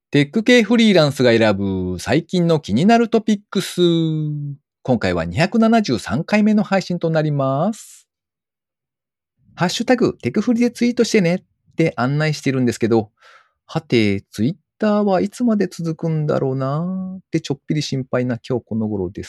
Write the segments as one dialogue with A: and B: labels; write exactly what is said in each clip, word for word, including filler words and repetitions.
A: テック系フリーランスが選ぶ最近の気になるトピックス。今回はにひゃくななじゅうさんかいめの配信となります。ハッシュタグテクフリでツイートしてねって案内してるんですけど、はて、ツイッターはいつまで続くんだろうなってちょっぴり心配な今日この頃です。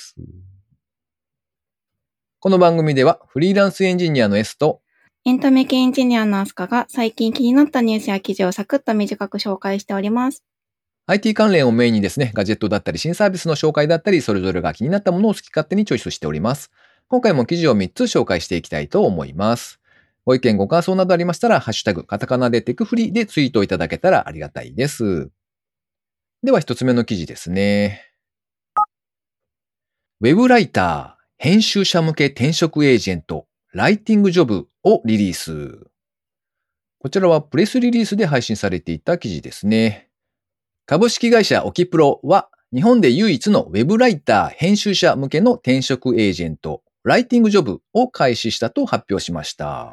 A: この番組ではフリーランスエンジニアの S と
B: エンタメ系エンジニアのアスカが最近気になったニュースや記事をサクッと短く紹介しております。
A: アイティー 関連をメインにですね、ガジェットだったり新サービスの紹介だったり、それぞれが気になったものを好き勝手にチョイスしております。今回も記事をみっつ紹介していきたいと思います。ご意見ご感想などありましたら、ハッシュタグ、カタカナでテクフリでツイートいただけたらありがたいです。では一つ目の記事ですね。ウェブライター、編集者向け転職エージェント、ライティングジョブをリリース。こちらはプレスリリースで配信されていた記事ですね。株式会社オキプロは日本で唯一のウェブライター編集者向けの転職エージェント、ライティングジョブを開始したと発表しました。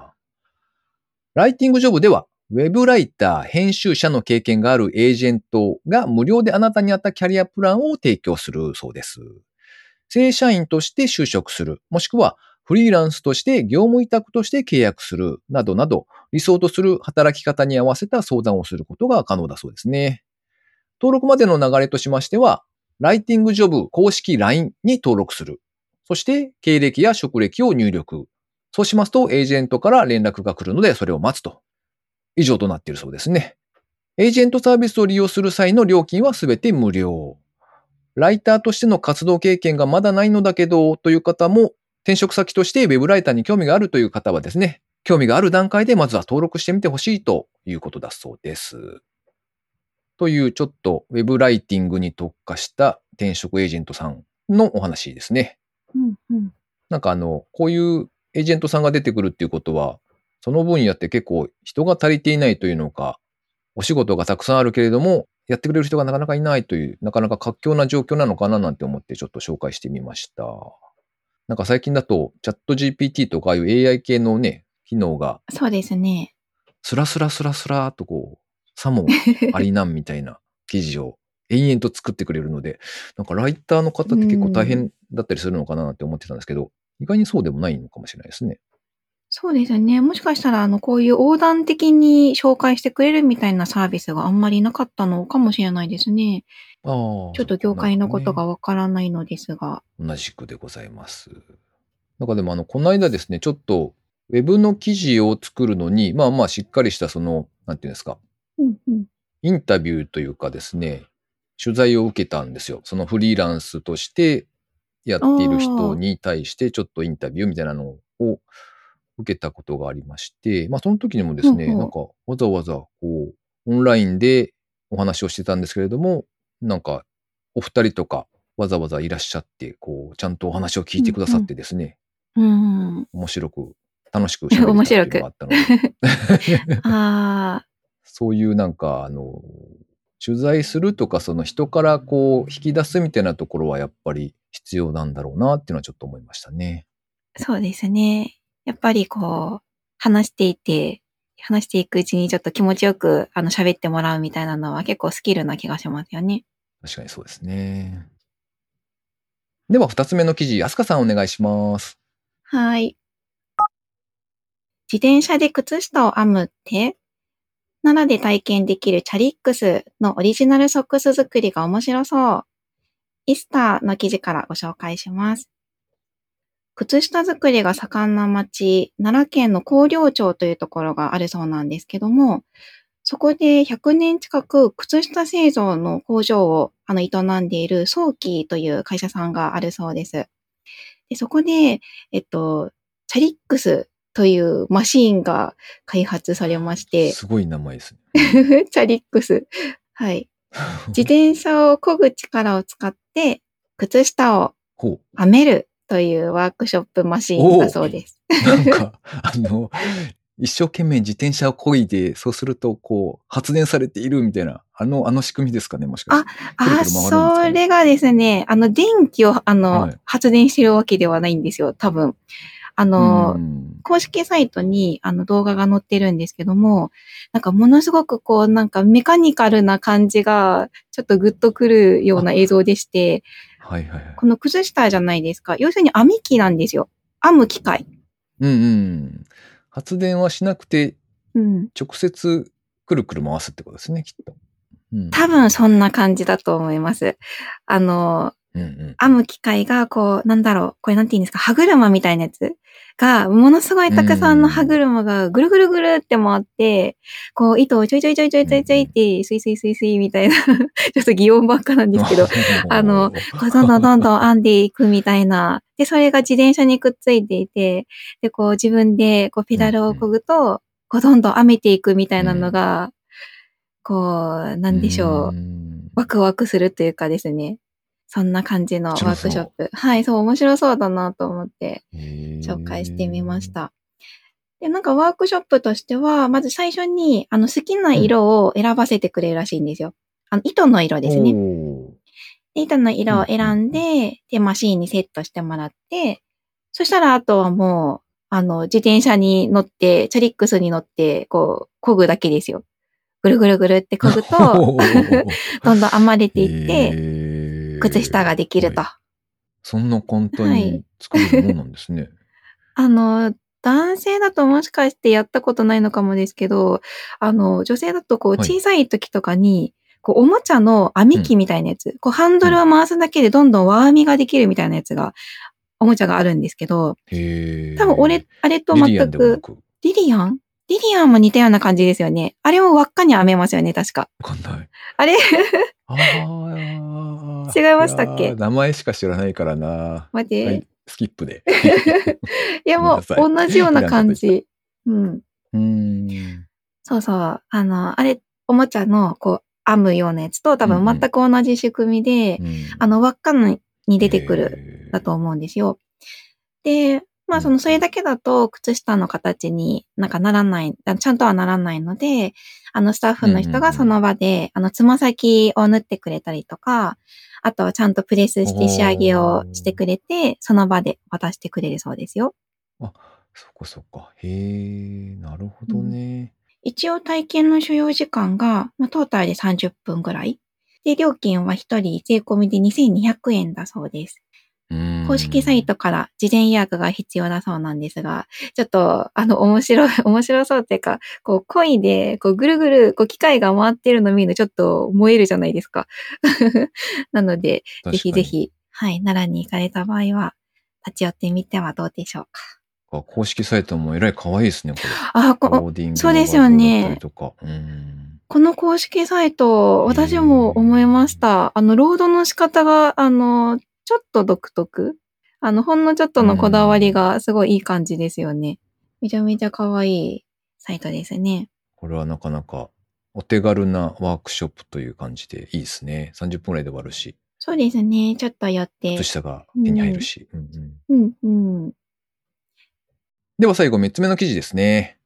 A: ライティングジョブでは、ウェブライター編集者の経験があるエージェントが無料であなたに合ったキャリアプランを提供するそうです。正社員として就職する、もしくはフリーランスとして業務委託として契約するなどなど、理想とする働き方に合わせた相談をすることが可能だそうですね。登録までの流れとしましては、ライティングジョブ公式 ライン に登録する。そして経歴や職歴を入力。そうしますとエージェントから連絡が来るのでそれを待つと。以上となっているそうですね。エージェントサービスを利用する際の料金はすべて無料。ライターとしての活動経験がまだないのだけどという方も、転職先としてウェブライターに興味があるという方はですね、興味がある段階でまずは登録してみてほしいということだそうです。というちょっとウェブライティングに特化した転職エージェントさんのお話ですね。
B: うんうん、
A: なんかあの、こういうエージェントさんが出てくるっていうことは、その分野って結構人が足りていないというのか、お仕事がたくさんあるけれども、やってくれる人がなかなかいないという、なかなか活況な状況なのかななんて思ってちょっと紹介してみました。なんか最近だと、チャット ジーピーティー とかああいう エーアイ 系のね、機能が、
B: そうですね。
A: スラスラスラスラーっとこう、さもありなんみたいな記事を延々と作ってくれるので、なんかライターの方って結構大変だったりするのかななんて思ってたんですけど、意外にそうでもないのかもしれないですね。
B: そうですね。もしかしたら、あの、こういう横断的に紹介してくれるみたいなサービスがあんまりなかったのかもしれないですね。
A: ああ、
B: ちょっと業界のことがわからないのですが。
A: 同じくでございます。なんかでもあの、この間ですね、ちょっと、ウェブの記事を作るのに、まあまあしっかりしたその、なんていうんですか、
B: うんうん、
A: インタビューというかですね、取材を受けたんですよ。そのフリーランスとしてやっている人に対してちょっとインタビューみたいなのを受けたことがありまして、まあその時にもですね、
B: ほうほう
A: なんかわざわざこう、オンラインでお話をしてたんですけれども、なんかお二人とかわざわざいらっしゃって、こう、ちゃんとお話を聞いてくださってですね、
B: うんうん、
A: 面白く、楽しく喋れ
B: 面
A: たっていうのがあ
B: 白く。
A: ったので、
B: ああ、
A: そういうなんか、あの、取材するとか、その人からこう、引き出すみたいなところはやっぱり必要なんだろうなっていうのはちょっと思いましたね。
B: そうですね。やっぱりこう、話していて、話していくうちにちょっと気持ちよく、あの、喋ってもらうみたいなのは結構スキルな気がしますよね。
A: 確かにそうですね。では、二つ目の記事、アスカさんお願いします。
B: はい。自転車で靴下を編むって奈良で体験できるチャリックスのオリジナルソックス作りが面白そう。イスターの記事からご紹介します。靴下作りが盛んな町、奈良県の広陵町というところがあるそうなんですけども、そこでひゃくねん近く靴下製造の工場をあの営んでいるソーキーという会社さんがあるそうです。でそこで、えっと、チャリックスというマシーンが開発されまして、
A: すごい名前ですね。
B: チャリックス。はい。自転車を漕ぐ力を使って靴下を編めるというワークショップマシーンだそうです。
A: なんか、あの、一生懸命自転車を漕いで、そうすると、こう、発電されているみたいな、あの、あの仕組みですかね、もしかして。
B: あ、あ、
A: くるくる回るんですかね。
B: それがですね、あの、電気を、あの、
A: はい、
B: 発電してるわけではないんですよ、多分。 あ
A: う
B: の、
A: ん。
B: 公式サイトにあの動画が載ってるんですけども、なんかものすごくこうなんかメカニカルな感じがちょっとグッとくるような映像でして、
A: はいはいはい。
B: この靴下じゃないですか。要するに編み機なんですよ。編む機械。
A: うんうん。発電はしなくて、
B: うん。
A: 直接くるくる回すってことですね、きっと。うん、
B: 多分そんな感じだと思います。あの、
A: うんうん、
B: 編む機械が、こう、なんだろう、これなんて言うんですか、歯車みたいなやつが、ものすごいたくさんの歯車がぐるぐるぐるって回って、こう、糸をちょいちょいちょいちょいちょいちょいって、スイスイスイスイみたいな、ちょっと擬音ばっかなんですけど、あの、こう、どんどんどんどん編んでいくみたいな。で、それが自転車にくっついていて、で、こう、自分で、こう、ペダルを漕ぐと、こう、どんどん編めていくみたいなのが、こう、なんでしょう。ワクワクするというかですね。そんな感じのワークショップ。はい、そう、面白そうだなと思って、紹介してみました。で、なんかワークショップとしては、まず最初に、あの、好きな色を選ばせてくれるらしいんですよ。あの、糸の色ですね。で、糸の色を選んで、で、マシーンにセットしてもらって、そしたらあとはもう、あの、自転車に乗って、チャリックスに乗って、こう、漕ぐだけですよ。ぐるぐるぐるって漕ぐと、どんどん編まれていって、靴下ができると。はい、
A: そんな簡単に作れるもんなんですね。はい、
B: あの、男性だともしかしてやったことないのかもですけど、あの、女性だとこう小さい時とかに、はい、こうおもちゃの編み機みたいなやつ、うん、こうハンドルを回すだけでどんどん輪編みができるみたいなやつが、おもちゃがあるんですけど、多分俺、あれと全く、リリアンではなく。リリアンリリアンも似たような感じですよね。あれも輪っかに編めますよね、確か。
A: わかんない。
B: あれ
A: ああ。
B: 違いましたっけ？
A: 名前しか知らないからな。
B: 待て。
A: はい、スキップで。
B: いや、もう同じような感じ。うん。
A: うん。
B: そうそう。あの、あれ、おもちゃの、こう、編むようなやつと多分全く同じ仕組みで、うんうん、あの、輪っかに出てくる、だと思うんですよ。で、まあ、その、それだけだと、靴下の形になんかならない、ちゃんとはならないので、あの、スタッフの人がその場で、うんうんうん、あの、つま先を縫ってくれたりとか、あとはちゃんとプレスして仕上げをしてくれて、その場で渡してくれるそうですよ。
A: あ、そっかそっか。へえ、なるほどね。
B: うん、一応体験の所要時間が、まあ、トータルでさんじゅっぷんぐらい。で、料金はひとり税込みでにせんにひゃくえんだそうです。公式サイトから事前予約が必要だそうなんですが、ちょっと、あの、面白い、面白そうっていうか、こう、恋で、こう、ぐるぐる、こう、機械が回ってるの見るのちょっと燃えるじゃないですか。なので、ぜひぜひ、はい、奈良に行かれた場合は、立ち寄ってみてはどうでしょうか。
A: 公式サイトもえらい可愛いですね、これ。
B: あ、こそうですよね。この公式サイト、私も思いました。あの、ロードの仕方が、あの、ちょっと独特。あの、ほんのちょっとのこだわりがすごいいい感じですよね。めちゃめちゃ可愛いサイトですね。
A: これはなかなかお手軽なワークショップという感じでいいですね。さんじゅっぷんぐらいで終わるし。
B: そうですね。ちょっと寄って。
A: 靴下が手に入るし。
B: うん、うん、うんうん。
A: では最後みっつめの記事ですね。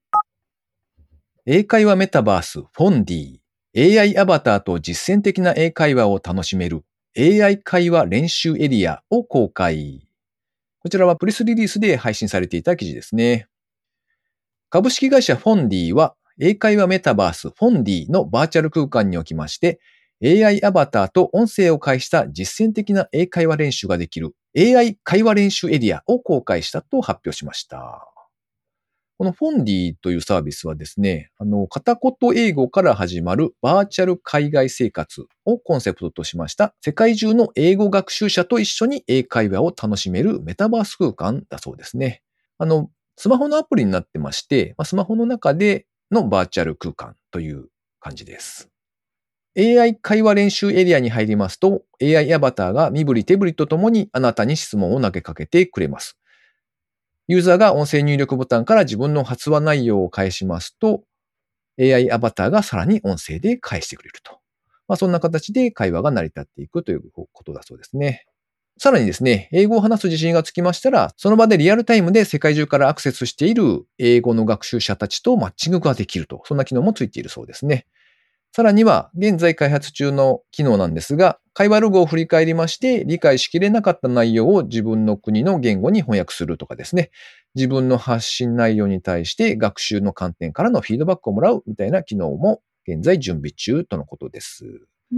A: 英会話メタバースフォンディ。エーアイ アバターと実践的な英会話を楽しめる エーアイ 会話練習エリアを公開。こちらはプレスリリースで配信されていた記事ですね。株式会社フォンディは英会話メタバースフォンディのバーチャル空間におきまして エーアイ アバターと音声を介した実践的な英会話練習ができる エーアイ 会話練習エリアを公開したと発表しました。このフォンディというサービスはですね、あの、片言英語から始まるバーチャル海外生活をコンセプトとしました世界中の英語学習者と一緒に英会話を楽しめるメタバース空間だそうですね。あの、スマホのアプリになってまして、スマホの中でのバーチャル空間という感じです。エーアイ 会話練習エリアに入りますと、エーアイ アバターが身振り手振りとともにあなたに質問を投げかけてくれます。ユーザーが音声入力ボタンから自分の発話内容を返しますと、エーアイ アバターがさらに音声で返してくれると。まあ、そんな形で会話が成り立っていくということだそうですね。さらにですね、英語を話す自信がつきましたら、その場でリアルタイムで世界中からアクセスしている英語の学習者たちとマッチングができると。そんな機能もついているそうですね。 さらには、現在開発中の機能なんですが、会話ログを振り返りまして、理解しきれなかった内容を自分の国の言語に翻訳するとかですね。自分の発信内容に対して学習の観点からのフィードバックをもらうみたいな機能も現在準備中とのことです。
B: うん。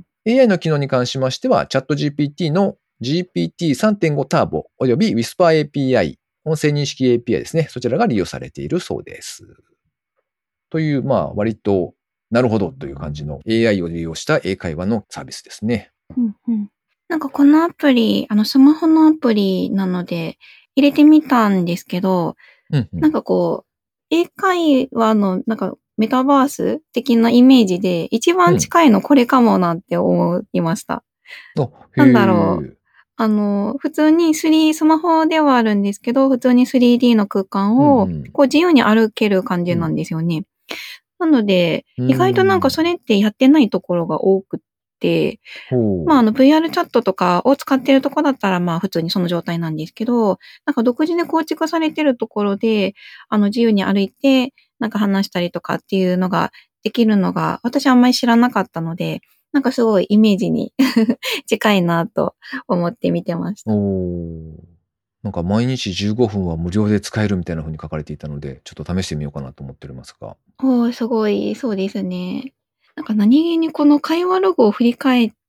A: エーアイ の機能に関しましては、チャット ジーピーティー の ジーピーティーさんてんご ターボおよび Whisper エーピーアイ、音声認識 エーピーアイ ですね。そちらが利用されているそうです。という、まあ、割と、なるほどという感じの エーアイ を利用した英会話のサービスですね。
B: うんうん。なんかこのアプリ、あの、スマホのアプリなので、入れてみたんですけど、
A: うんうん、
B: なんかこう、英会話の、なんか、メタバース的なイメージで、一番近いのこれかもなって思いました。
A: うん、
B: なんだろう。あの、普通にスリー、スマホではあるんですけど、普通に スリーディー の空間を、こう自由に歩ける感じなんですよね。うん、なので、意外となんかそれってやってないところが多くて、まあ、あの ブイアール チャットとかを使っているところだったら、まあ普通にその状態なんですけど、なんか独自で構築されているところで、あの自由に歩いて、なんか話したりとかっていうのができるのが、私あんまり知らなかったので、なんかすごいイメージに近いなと思って見てました。
A: おなんか毎日じゅうごふんは無料で使えるみたいな風に書かれていたので、ちょっと試してみようかなと思っておりますが。
B: おー、すごい、そうですね。なんか何気にこの会話ログを振り返って、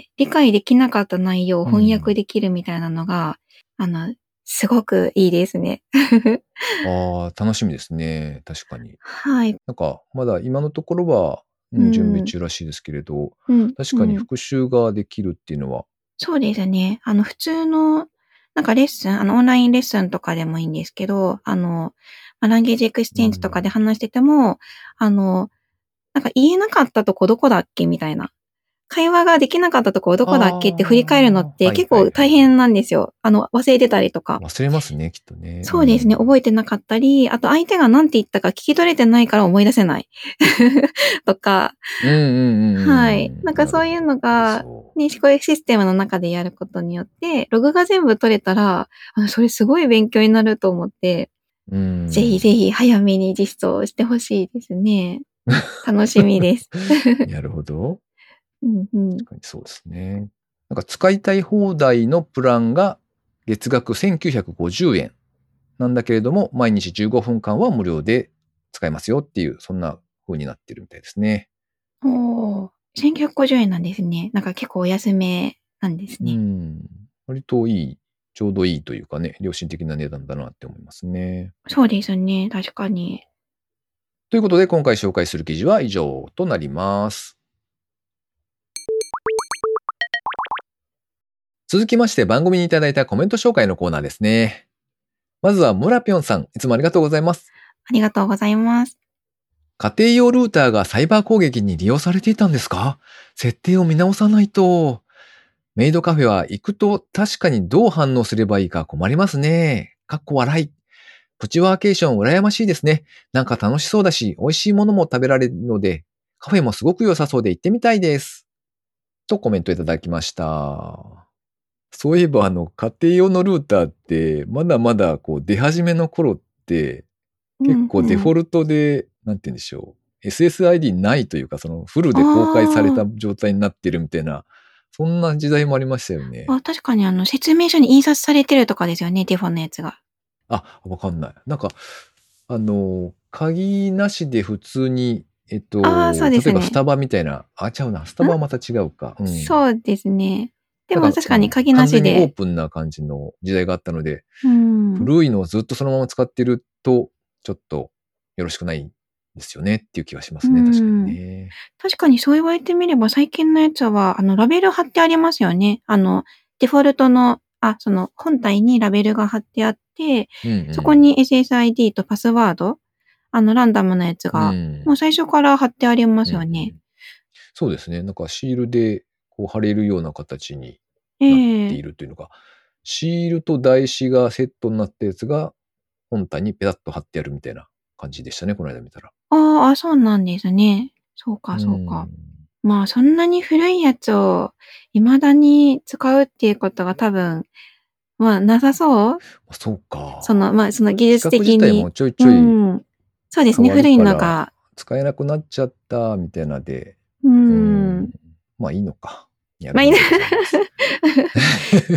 B: 理解できなかった内容を翻訳できるみたいなのが、うん、あの、すごくいいですね。
A: ああ、楽しみですね。確かに。
B: はい。
A: なんか、まだ今のところは、うん、準備中らしいですけれど、
B: うん、
A: 確かに復習ができるっていうのは。
B: そうですね。あの、普通の、なんかレッスン、あの、オンラインレッスンとかでもいいんですけど、あの、まあ、ランゲージエクスチェンジとかで話してても、うん、あの、なんか言えなかったとこどこだっけみたいな。会話ができなかったとこどこだっけって振り返るのって結構大変なんですよ。はいはいはい、あの、忘れてたりとか。
A: 忘れますね、きっとね。
B: そうですね、うん、覚えてなかったり、あと相手が何て言ったか聞き取れてないから思い出せない。とか。
A: うんうんうん。
B: はい。なんかそういうのが、ね、こういうシステムの中でやることによって、ログが全部取れたら、あの、それすごい勉強になると思って、うん、ぜひぜひ早めに実装してほしいですね。楽しみです。
A: なるほど。
B: うんうん、
A: 確かにそうですね。なんか使いたい放題のプランが月額せんきゅうひゃくごじゅうえんなんだけれども、毎日じゅうごふんかんは無料で使えますよっていう、そんな風になってるみたいですね。
B: おー、せんきゅうひゃくごじゅうえんなんですね。なんか結構お安めなんですね。
A: うん。割といい、ちょうどいいというかね、良心的な値段だなって思いますね。
B: そうですね、確かに。
A: ということで、今回紹介する記事は以上となります。続きまして番組にいただいたコメント紹介のコーナーですね。まずはムラピョンさん、いつもありがとうございます。
B: ありがとうございます。
A: 家庭用ルーターがサイバー攻撃に利用されていたんですか？設定を見直さないと。メイドカフェは行くと確かにどう反応すればいいか困りますね。かっこ笑い。プチワーケーション羨ましいですね。なんか楽しそうだし、美味しいものも食べられるので、カフェもすごく良さそうで行ってみたいです。とコメントいただきました。そういえばあの家庭用のルーターってまだまだこう出始めの頃って結構デフォルトで、うんうん、なんて言うんでしょう。エスエスアイディー ないというかそのフルで公開された状態になってるみたいな、そんな時代もありましたよね。
B: あ、確かにあの説明書に印刷されてるとかですよね、デフォのやつが。
A: あ、わかんない。なんか、あの、鍵なしで普通に、えっと、ね、例えばスタバみたいな、あ、ちゃうな、スタバはまた違うか。
B: うん、そうですね。でも確かに鍵
A: なしで。完全にオー
B: で。
A: プンな感じの時代があったので、うん、古いのをずっとそのまま使ってると、ちょっとよろしくないですよねっていう気がしますね、確かにね。
B: 確かにそう言われてみれば最近のやつは、あの、ラベル貼ってありますよね。あの、デフォルトの、あ、その本体にラベルが貼ってあって、うんうん、そこに エスエスアイディー とパスワード、あの、ランダムなやつが、うん、もう最初から貼ってありますよね。うんうん、
A: そうですね。なんかシールでこう貼れるような形になっているというのが、えー、シールと台紙がセットになったやつが本体にペタッと貼ってあるみたいな感じでしたね、この間見たら。
B: ああ、そうなんですね。そうか、そうか。うん、まあ、そんなに古いやつを未だに使うっていうことが多分、まあ、なさそう？
A: そうか。
B: その、まあ、その技術的に。
A: 企画自体もちょいちょい、うん、
B: そうですね、古いのが。
A: 使えなくなっちゃったみたいなで、
B: うー。
A: うんんまあいいのか。や
B: まあいいな
A: るんでございます。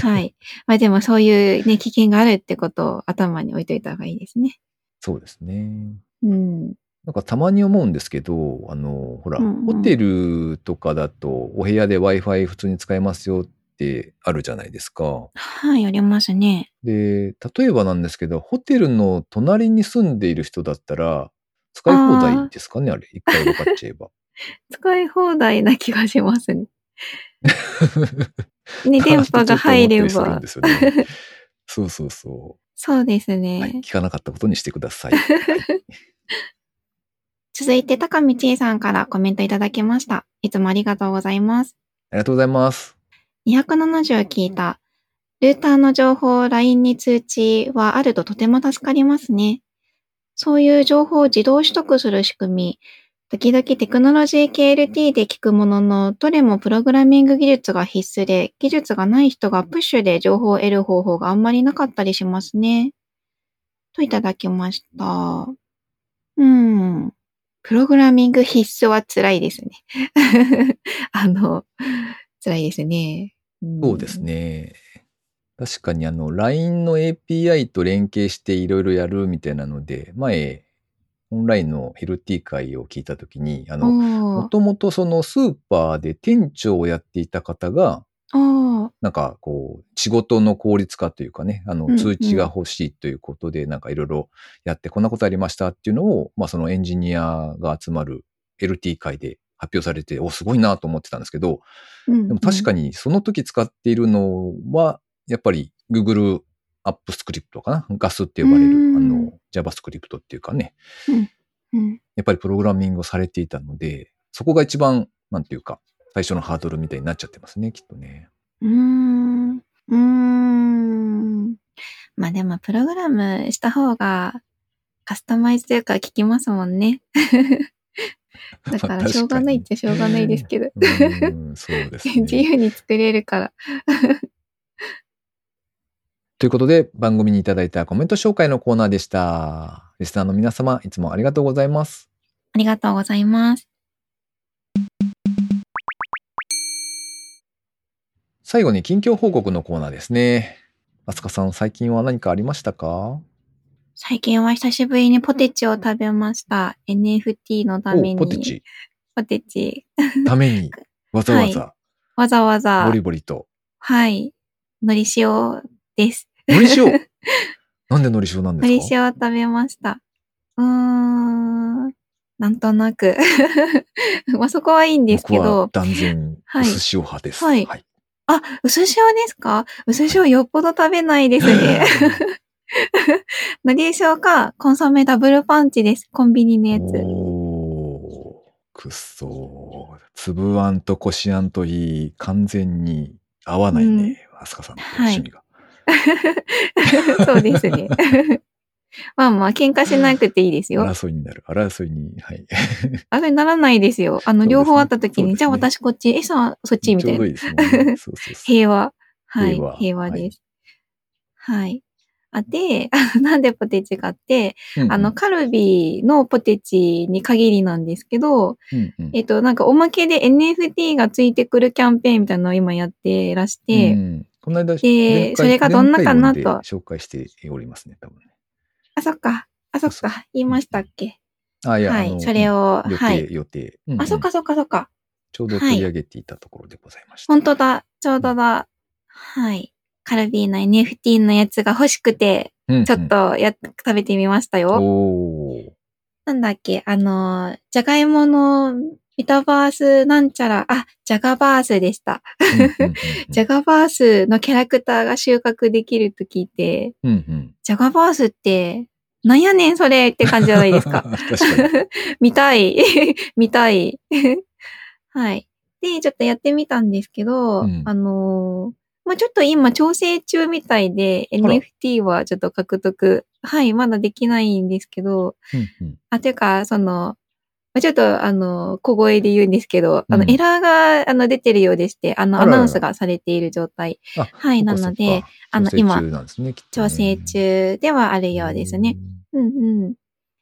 B: はい。まあでもそういうね、危険があるってことを頭に置いといた方がいいですね。
A: そうですね。
B: うん。
A: なんかたまに思うんですけど、あの、ほら、
B: うんうん。
A: ホテルとかだとお部屋で Wi-Fi 普通に使えますよってあるじゃないですか。
B: はい、ありますね。
A: で、例えばなんですけど、ホテルの隣に住んでいる人だったら、使い放題
B: ああ、
A: ですかね、あれ。一回分かっちゃえば。
B: 使い放題な気がしますね。ね、電
A: って
B: 波が
A: ちょっと思
B: 入
A: ったりするん
B: れば。
A: ですよね。そうそうそう。
B: そうです
A: はい。
B: ね。
A: 聞かなかったことにしてください。はい。
B: 続いて、高見千恵さんからコメントいただきました。いつもありがとうございます。
A: ありがとうございます。
B: にひゃくななじゅう聞いた。ルーターの情報、ライン に通知はあるととても助かりますね。そういう情報を自動取得する仕組み、時々テクノロジー系 エルティー で聞くものの、どれもプログラミング技術が必須で、技術がない人がプッシュで情報を得る方法があんまりなかったりしますね。といただきました。うん。プログラミング必須は辛いですね。あの、辛いですね。う
A: そうです
B: ん。
A: ね。確かにあの、ライン の エーピーアイ と連携していろいろやるみたいなので、前、オンラインの エルティー 会を聞いたときに、あの、も
B: おー。
A: ともとそのスーパーで店長をやっていた方が、
B: あー。
A: なんかこう、仕事の効率化というかね、あの、
B: うん
A: 通知が欲しいということで、なんかいろいろやって、こんなことありましたっていうのを、まあそのエンジニアが集まる エルティー 会で発表されて、お、すごいなと思ってたんですけど、
B: うんうん。
A: でも確かにその時使っているのは、やっぱり Google アップスクリプトかな ガス って
B: うー
A: 呼ばれる、あ
B: ん。
A: の、JavaScript っていうかね、
B: うん。うん。
A: やっぱりプログラミングをされていたので、そこが一番、なんていうか、最初のハードルみたいになっちゃってますね、きっとね。
B: うーん。うーん。まあでも、プログラムした方がカスタマイズというか効きますもんね。だ
A: まあ
B: から、しょうがないっ
A: 確かに。
B: ちゃしょうがないですけど。
A: うーん、そうです
B: 自
A: ね。
B: 由に作れるから。
A: ということで、番組にいただいたコメント紹介のコーナーでした。リスナーの皆様、いつもありがとうございます。
B: ありがとうございます。
A: 最後に近況報告のコーナーですね。あすかさん、最近は何かありましたか？
B: 最近は久しぶりにポテチを食べました。エヌエフティー のた
A: お、
B: めに。
A: ポテチ。
B: ポテチ。
A: ために、わざ
B: はい。
A: わざ、
B: わざわ
A: ボ
B: ざ、
A: リボリと。
B: はい。海苔塩です。
A: のり塩なんでのり塩なんですか？
B: 海苔塩を食べました。うーん。なんとなく。まあ、そこはいいんです
A: 僕は
B: けど、
A: 断然、
B: はい。
A: 薄塩派です。
B: はい。
A: はい。
B: あ、薄塩ですか？薄
A: はい。
B: 塩よっぽど食べないですね。海苔塩か、コンソメダブルパンチです。コンビニのやつ。
A: おー、くっそー。粒あんとこしあんといい、完全に合わ
B: うん。
A: ないね。あすかさんと
B: はい。
A: 趣味が。
B: そうですね。まあまあ、喧嘩しなくていいですよ。
A: 争いになる。争いに、はい。
B: あれならないですよ。あの、両方あっ
A: そうですね。
B: た時に、じゃあ
A: そうですね。
B: 私こっち、え、さ、そっちみたいな。
A: ちょうどいいですもんね。そうそうそう。
B: 平和。はい。
A: 平和。はい。
B: 平和です。はい。あ、で、なんでポテチかって、あの、
A: うんうん。
B: カルビーのポテチに限りなんですけど、
A: うんうん。
B: えっと、なんかおまけで エヌエフティー がついてくるキャンペーンみたいなのを今やってらし
A: う
B: て、
A: ん。この間、前
B: で、そ
A: 回、
B: れがどんな
A: 前回
B: かなと。
A: 分で紹介しておりますね、多分ね。
B: あ、そっか。あ、そ
A: そうそうそ
B: っか。言い
A: う。うん
B: ましたっけ。
A: うん、あ、いや、
B: はい。
A: あの、
B: そ
A: うん。
B: れを、
A: 予定、
B: はい。
A: 予定。うん
B: あ、そ
A: うん。
B: っかそっかそっか。
A: ちょうど
B: はい。
A: 取り上げていたところでございました。
B: 本当だ。ちょう
A: うん。
B: どだ。はい。カルビーの エヌエフティー のやつが欲しくて、ちょっ
A: うんうん。
B: とやっ、食べてみましたよ。
A: おー。
B: なんだっけ、あの、じゃがいものメタバースなんちゃら、あ、ジャガバースでした。
A: うんうんうんうん。
B: ジャガバースのキャラクターが収穫できると聞いて、
A: うんうん。
B: ジャガバースって、なんやねんそれって感じじゃないですか。
A: 確かに。
B: 見たい。見たい。はい。で、ちょっとやってみたんですけど、
A: うん。
B: あのーまあ、ちょっと今調整中みたいで、
A: あら。
B: エヌエフティー はちょっと獲得、はい、まだできないんですけど、
A: うんうん。
B: あ、というか、その、まあちょっと、あの、小声で言うんですけど、あの、エ
A: うん。
B: ラーが、あの、出てるようでして、あの、アナウンス
A: あららら。
B: がされている状態。
A: あ、
B: はい、
A: そっか
B: なので、
A: そっか。
B: あの、
A: 調整
B: 今、
A: 中なんですね、きっと
B: 調整
A: ね。
B: 中ではある
A: へ
B: ようですね。
A: ー。
B: うんうん。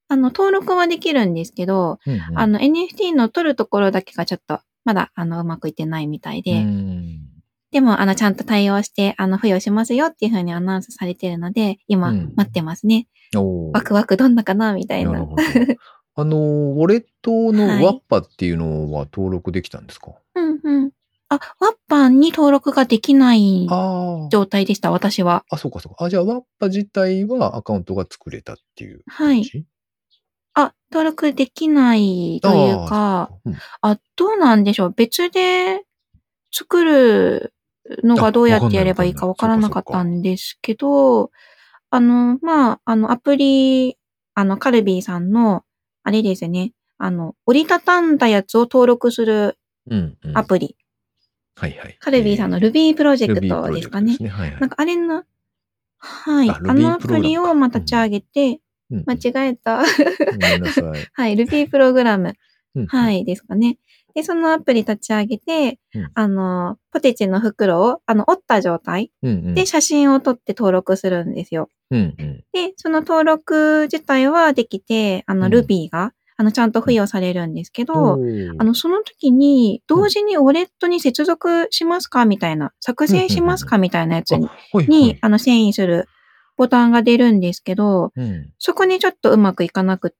B: あの、登録はできるんですけど、
A: うんうん、
B: あの、エヌエフティー の取るところだけがちょっと、まだ、あの、うまくいってないみたいで、
A: うん
B: でも、あの、ちゃんと対応して、あの、付与しますよっていう風にアナウンスされてるので、今、
A: うん
B: 待ってますね。
A: おー
B: ワクワクどんなかなみたいな。
A: なるほど。あの、ウォレットの
B: はい
A: ワッパっていうのは登録できたんですか？
B: うんうん。あ、ワッパンに登録ができない
A: あ
B: 状態でした、私は。
A: あ、あ、そうかそうか。あ、じゃあワッパ自体はアカウントが作れたっていう
B: はい。
A: 感じ？
B: あ、登録できないという
A: ああ、そ
B: か、
A: っか。うん。
B: あ、どうなんでしょう。別で作るのが
A: あ、
B: どうや
A: わかん
B: ってやればいい
A: ないわかんない。そっ
B: かわからなかった
A: かそっか。
B: んですけど、あの、まあ、あの、アプリ、あの、カルビーさんの、あれですね、あの、折りたたんだやつを登録する
A: うんうん。
B: アプリ。
A: はいはい。
B: カルビーさんの Ruby プロジェク
A: Ruby プ
B: ト
A: ロ
B: ですかね。
A: ジェクトですね。はいはい。
B: なんかあれの、は
A: あ、
B: い。あの
A: Ruby
B: ア
A: プログラムか。
B: プリをまた
A: うんうん。
B: 立ち上げて、間
A: うんうん。
B: 違えた。
A: ごめんなさい。
B: はい。Ruby プログラム。
A: うんうん。
B: はい。ですかね。で、そのアプリ立ち上げて、
A: うん
B: あの、ポテチの袋を、あの、折った状態
A: うんうん。
B: で写真を撮って登録するんですよ。
A: うんうん。
B: で、その登録自体はできて、あの、
A: うん
B: Ruby が、あの、ちゃんと付
A: うん。
B: 与されるんですけ
A: お
B: ど、あ
A: ー。
B: の、その時に、
A: うん。
B: 同時にウォレットに接続しますかみたいな、作
A: うん
B: 成します
A: うんうんうん。
B: かみたいなやつに、
A: あ、はいは
B: に
A: い。
B: あの、遷移するボタンが出るんですけど、
A: うん。
B: そこにちょっとうまくいかなくって、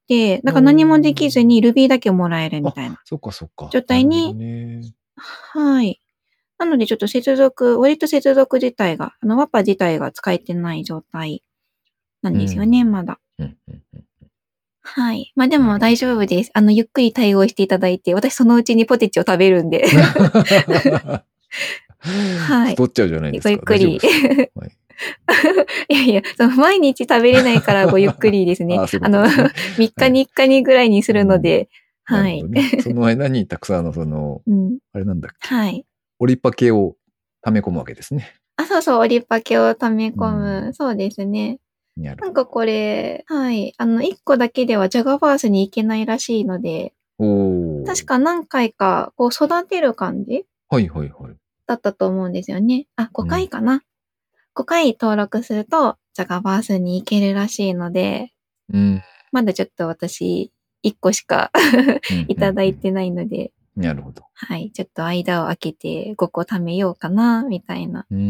B: なんか何もできず
A: おー。
B: に Ruby だけもらえるみ
A: あ、
B: たいな
A: そっかそっか。
B: 状
A: なるほど
B: 態に、
A: ね。
B: はい。なのでちょっと接続、ウォレット接続自体が、あの、ワッパ自体が使えてない状態なん
A: う
B: ですよね、
A: ん。
B: まだ。
A: うんうんうん。
B: はい。まあで
A: なるほ
B: も大丈夫です。あの、ゆっくり対応していただいて、私そのうちにポテチを食べるんで。
A: ど。
B: はい。
A: 太っちゃうじゃないで
B: ご
A: すか。
B: ゆっくり。
A: 大丈夫ですか？はい。
B: いやいや、その毎日食べれないからごゆっくりですね。
A: ああ、そういう
B: あの、
A: ことですね。
B: みっか
A: はい。
B: にいっかにぐらいにするの
A: うん。
B: で、はい。
A: なるほどね。その間にたくさんのその、
B: うん。
A: あれなんだっけ。
B: はい。
A: 折りパケを溜め込むわけですね。
B: あ、そうそう、折りパケを溜め
A: う
B: 込む。
A: ん。
B: そうですね。
A: なるほど。
B: なんかこれ、はい。あの、いっこだけではジャガバースに行けないらしいので、確
A: おー。
B: か何回かこう育てる感じ
A: はいはいはい。
B: だったと思うんですよね。あ、ごかい
A: うん。
B: かな。ごかい登録すると、ジャガバースに行けるらしいので、
A: うん。
B: まだちょっと私、いっこしか
A: うん。
B: いただ
A: うん。
B: いてないので、
A: なるほど。
B: はい、ちょっと間を空けてごこ貯めようかな、みたいな
A: うん。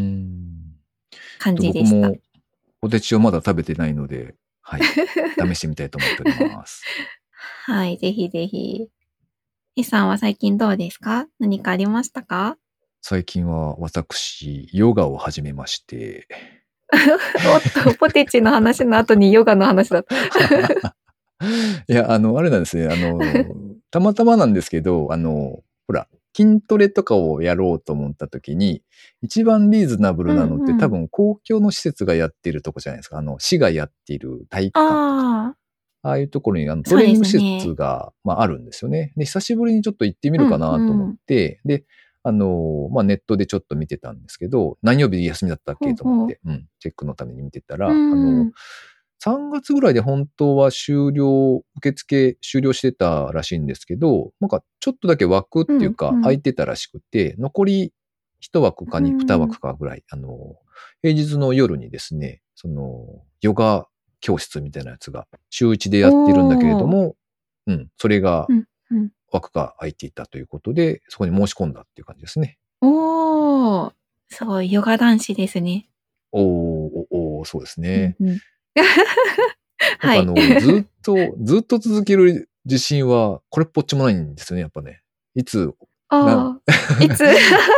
B: 感
A: と
B: じでした。
A: 僕もポテチをまだ食べてないので、はい。試してみたいと思っております。
B: はい、ぜひぜひ。E さんは最近どうですか？何かありましたか？
A: 最近は私、ヨガを始めまして。
B: おっと、ポテチの話の後にヨガの話だった。
A: いや、あの、あれなんですね。あの、たまたまなんですけど、あの、ほら、筋トレとかをやろうと思った時に、一番リーズナブルなのって
B: うんうん。
A: 多分公共の施設がやってるとこじゃないですか。あの、市がやっている体育館とか。
B: ああ、
A: ああいうところにあのト
B: そうで
A: レーニング施設
B: すね。
A: が、まあ、あるんですよね。で、久しぶりにちょっと行ってみるか
B: うん
A: なと思っ
B: うん。
A: て、で、あの、まあ、ネットでちょっと見てたんですけど、何曜日休みだったっ
B: ほうほう。
A: けと思って、うん、チェックのために見てた
B: う
A: ら、あの、
B: ん。
A: さんがつぐらいで本当は終了、受付終了してたらしいんですけど、なんかちょっとだけ枠っ
B: う
A: ていうか空
B: んうん。
A: いてたらしくて、残りいち枠か
B: う
A: に
B: ん。
A: 枠かぐらい、あの、平日の夜にですね、その、ヨガ教室みたいなやつが週いちでやってるんだけれど
B: おー。
A: も、うん、それが
B: うんうん。
A: 枠が空いていたということで、そこに申し込んだっていう感じですね。
B: おー。すごい、ヨガ男子ですね。
A: おー、おおー、そうですね。
B: うんうん。はい。
A: なんかあの、ずっと、ずっと続ける自信は、これっぽっちもないんですよね、やっぱね。いつ、な、
B: ああ、いつ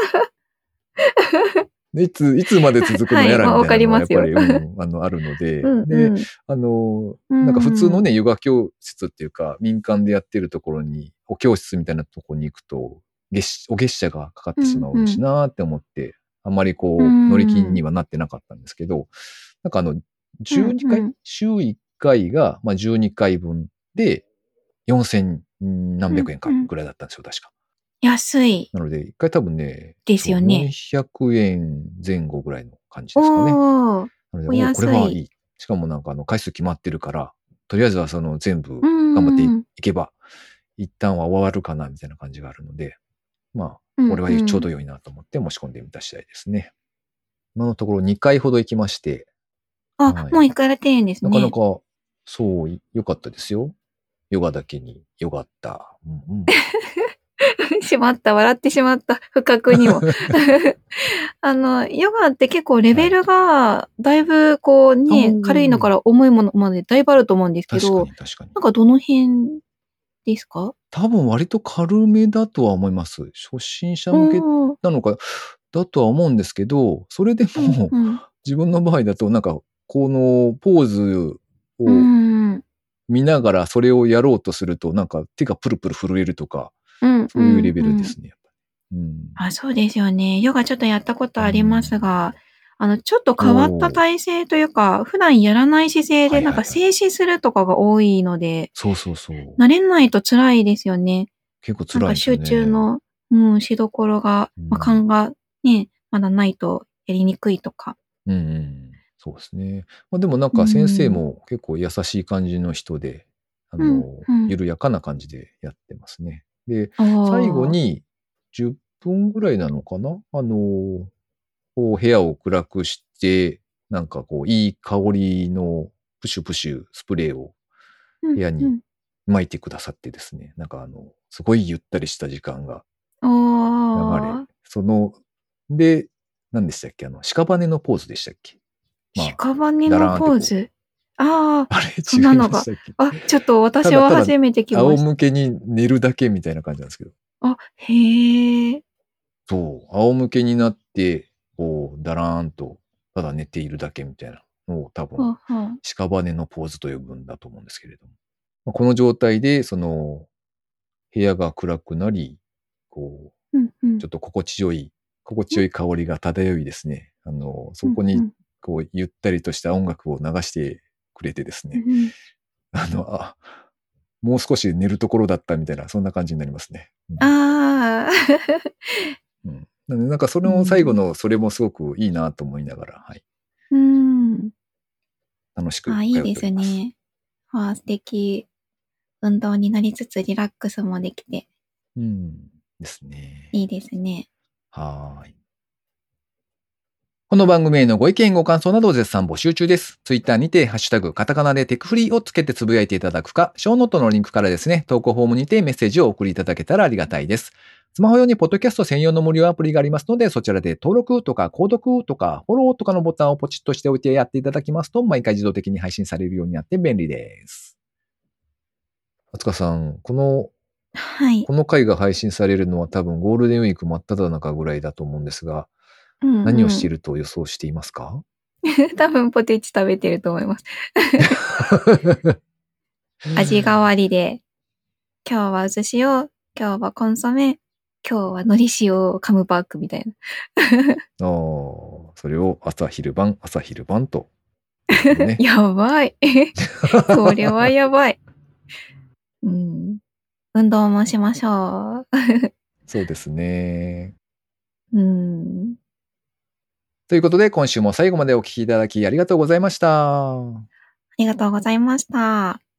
A: いつ、いつまで続くの
B: はい、まあ、わか
A: やらみたいな
B: りますよ。
A: のはやっぱり、うん、あの、あるの
B: う
A: で、で、
B: んうん。
A: あの、
B: う
A: なんか普通の
B: ん。
A: ね、ヨガ教室っていうか、民間でやってるところに、お教室みたいなところに行くと、月お月謝がかかっ
B: う
A: てしまうし
B: んうん。
A: なーって思って、あんまり
B: う
A: こう、乗り気に
B: ん。
A: はなってなかったんですけど、なんかあの、12
B: うんう
A: 回
B: ん。
A: 週いっかいが、まあ、じゅうにかいぶんで、よんせん何
B: うん
A: 百円か
B: うん。
A: ぐらいだったんですよ、確か。
B: 安い
A: なので、一回多分ね、
B: です
A: そう、
B: よね。
A: よんひゃくえんぜん後ぐらいの感じですかね。
B: おー。
A: なので、
B: お
A: おお、これ
B: 安い。
A: はいい。しかもなんかあの、回数決まってるから、とりあえずはその全部
B: う
A: 頑張ってい
B: ん。
A: いけば、一旦は終わるかな、みたいな感じがあるので、まあ、
B: うん
A: これは
B: うん。
A: ちょうど良いなと思って申し込んでみた次第ですね。今のところにかいほど行きまして、
B: あ、
A: はい。
B: もう行かれてるんですね。
A: なかなかそう、よかったですよ。ヨガだけによかった。うんうん
B: しまった、笑ってしまった、不覚にも。あの、ヨガって結構レベルが、だいぶこうね、軽いのから重いものまでだいぶあると思うんですけど、
A: 確かに確かに。
B: なんかどの辺ですか？
A: 多分割と軽めだとは思います。初心者向けなのか、だとは思うんですけど、それでも、
B: うんうん、
A: 自分の場合だとなんか、このポーズ
B: う
A: を
B: ん
A: 見ながらそれをやろうとすると、なんか手がプルプル震えるとか、
B: うん
A: そういうレベ
B: うんうん。
A: ルですね。やっぱりうん、
B: あ、そうですよね。ヨガちょっとやったことありますが、あの、ちょっと変わった体勢というか、普段やらない姿勢でなんか静止するとかが多いので、
A: そうそうそう。
B: 慣れないと辛いですよね。
A: 結構
B: なんか集
A: 辛いんですよね。
B: 中の、うん、しどころが、まあ、勘がね、まだないとやりにくいとか。
A: うんうん。そうですね。まあ、でもなん
B: う
A: か先生
B: ん。
A: も結構優しい感じの人で、あ
B: うん、
A: の、
B: うん。
A: 緩やかな感じでやってますね。で、
B: あ
A: 最後
B: あ。
A: にじゅっぷんぐらいなのかなあの、こう部屋を暗くして、なんかこういい香りのプシュプシュスプレーを
B: うん、
A: 部屋に
B: うん。
A: 撒いてくださってですね、なんかあの、すごいゆったりした時間が流れ、
B: ああ。
A: その、で、何でしたっけあの、屍のポーズでしたっけまあ、
B: 屍の
A: だらーんってこう、
B: ポーズ。ああ、
A: あれ
B: そんな
A: 違い
B: のが。
A: ましたっけ
B: あ、ちょっと私
A: ただただ
B: は初めて聞きました。
A: 仰向けに寝るだけみたいな感じなんですけど。
B: あ、へえ。
A: そう、仰向けになって、こう、だらーんと、ただ寝ているだけみたいなのを多分、
B: はあはあ。
A: 屍のポーズと呼ぶんだと思うんですけれども。まあこの状態で、その、部屋が暗くなり、こう、
B: うんうん。
A: ちょっと心地よい、心地よい香りが漂いですね。あの、そこに、
B: うんうん。
A: こう、ゆったりとした音楽を流してくれてですね。
B: うんうん。
A: あの、あ、もう少し寝るところだったみたいな、そんな感じになりますね。うん。
B: ああ。
A: うん、なのでなんかそ
B: う
A: の最後
B: ん。
A: のそれもすごくいいなと思いながら、はい。
B: うーん。
A: 楽しく
B: あ、い
A: 通
B: いで
A: っております。
B: すね。ああ、素敵。運動になりつつリラックスもできて、
A: うん。ですね。
B: いいですね。
A: はーい。この番組へのご意見ご感想などを絶賛募集中です。ツイッターにてハッシュタグカタカナでテクフリーをつけてつぶやいていただくか、ショーノートのリンクからですね、投稿フォームにてメッセージをお送りいただけたらありがたいです。スマホ用にポッドキャスト専用の無料アプリがありますので、そちらで登録とか購読とかフォローとかのボタンをポチッとしておいてやっていただきますと、毎回自動的に配信されるようになって便利です。あつかさん、この、
B: はい。
A: この回が配信されるのは多分ゴールデンウィーク真っ只中ぐらいだと思うんですが、
B: うん
A: 何を
B: うん。
A: していると予想していますか？
B: 多分ポテチ食べてると思います。味変わりで、今日は渦塩、今日はコンソメ、今日は海苔塩カムバックみたいな。
A: ああ、それを朝昼晩、朝昼晩ということでね。
B: やばい。それはやばい。うん。運動もしましょう。
A: そうですね。
B: うん。
A: ということで、今週も最後までお聞きいただきありがとうございました。
B: ありがとうございました。